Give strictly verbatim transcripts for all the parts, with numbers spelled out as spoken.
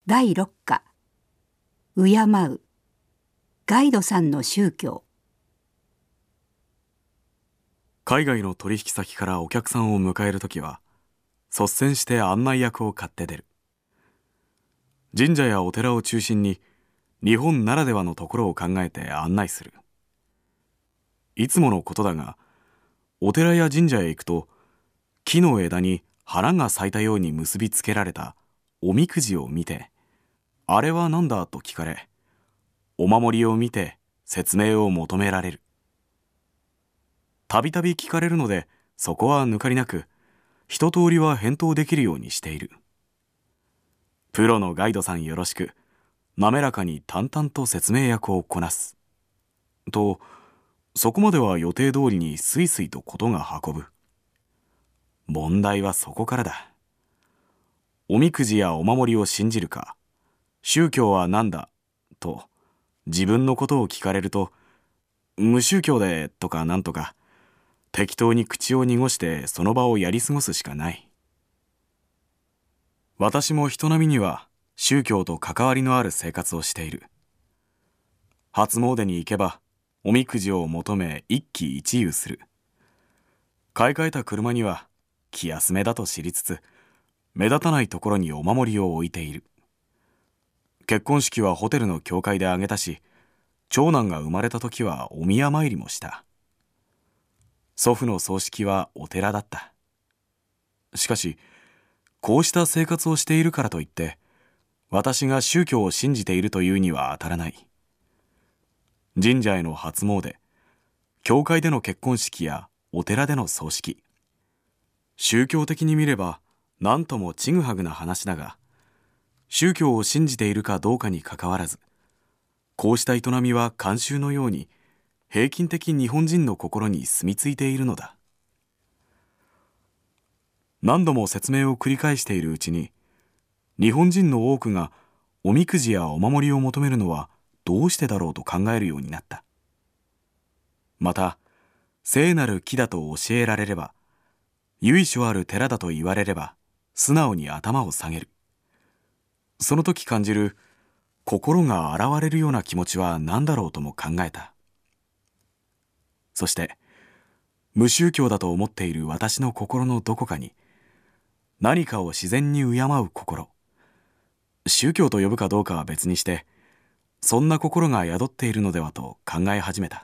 だいろっか敬うガイドさんの宗教。 海外の取引先からお客さんを迎えるときは率先して案内役を買って出る。神社やお寺を中心に日本ならではのところを考えて案内する。いつものことだが、お寺や神社へ行くと木の枝に花が咲いたように結びつけられたおみくじを見て、あれは何だと聞かれ、お守りを見て説明を求められる。たびたび聞かれるので、そこは抜かりなく一通りは返答できるようにしている。プロのガイドさんよろしく、滑らかに淡々と説明役をこなすと、そこまでは予定通りにスイスイとことが運ぶ。問題はそこからだ。おみくじやお守りを信じるか、宗教は何だと自分のことを聞かれると、無宗教でとかなんとか適当に口を濁してその場をやり過ごすしかない。私も人並みには宗教と関わりのある生活をしている。初詣に行けばおみくじを求め一喜一憂する。買い替えた車には気休めだと知りつつ、目立たないところにお守りを置いている。結婚式はホテルの教会で挙げたし、長男が生まれた時はお宮参りもした。祖父の葬式はお寺だった。しかし、こうした生活をしているからといって、私が宗教を信じているというには当たらない。神社への初詣、教会での結婚式やお寺での葬式、宗教的に見れば何ともちぐはぐな話だが、宗教を信じているかどうかにかかわらず、こうした営みは慣習のように平均的日本人の心に住み着いているのだ。何度も説明を繰り返しているうちに、日本人の多くがおみくじやお守りを求めるのはどうしてだろうと考えるようになった。また、聖なる木だと教えられれば、由緒ある寺だと言われれば、素直に頭を下げる。その時感じる心が洗われるような気持ちは何だろうとも考えた。そして、無宗教だと思っている私の心のどこかに、何かを自然に敬う心、宗教と呼ぶかどうかは別にして、そんな心が宿っているのではと考え始めた。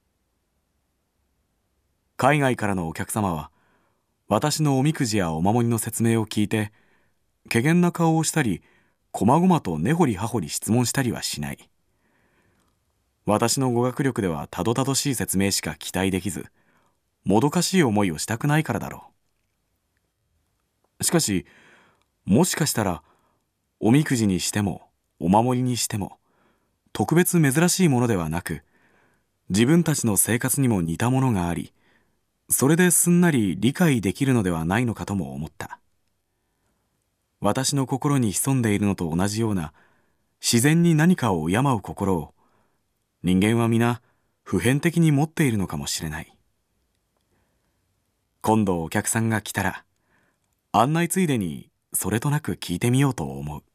海外からのお客様は、私のおみくじやお守りの説明を聞いて、怪訝な顔をしたり、こまごまと根掘り葉掘り質問したりはしない。私の語学力ではたどたどしい説明しか期待できず、もどかしい思いをしたくないからだろう。しかし、もしかしたら、おみくじにしても、お守りにしても、特別珍しいものではなく、自分たちの生活にも似たものがあり、それですんなり理解できるのではないのかとも思った。私の心に潜んでいるのと同じような、自然に何かを敬う心を、人間は皆普遍的に持っているのかもしれない。今度お客さんが来たら、案内ついでにそれとなく聞いてみようと思う。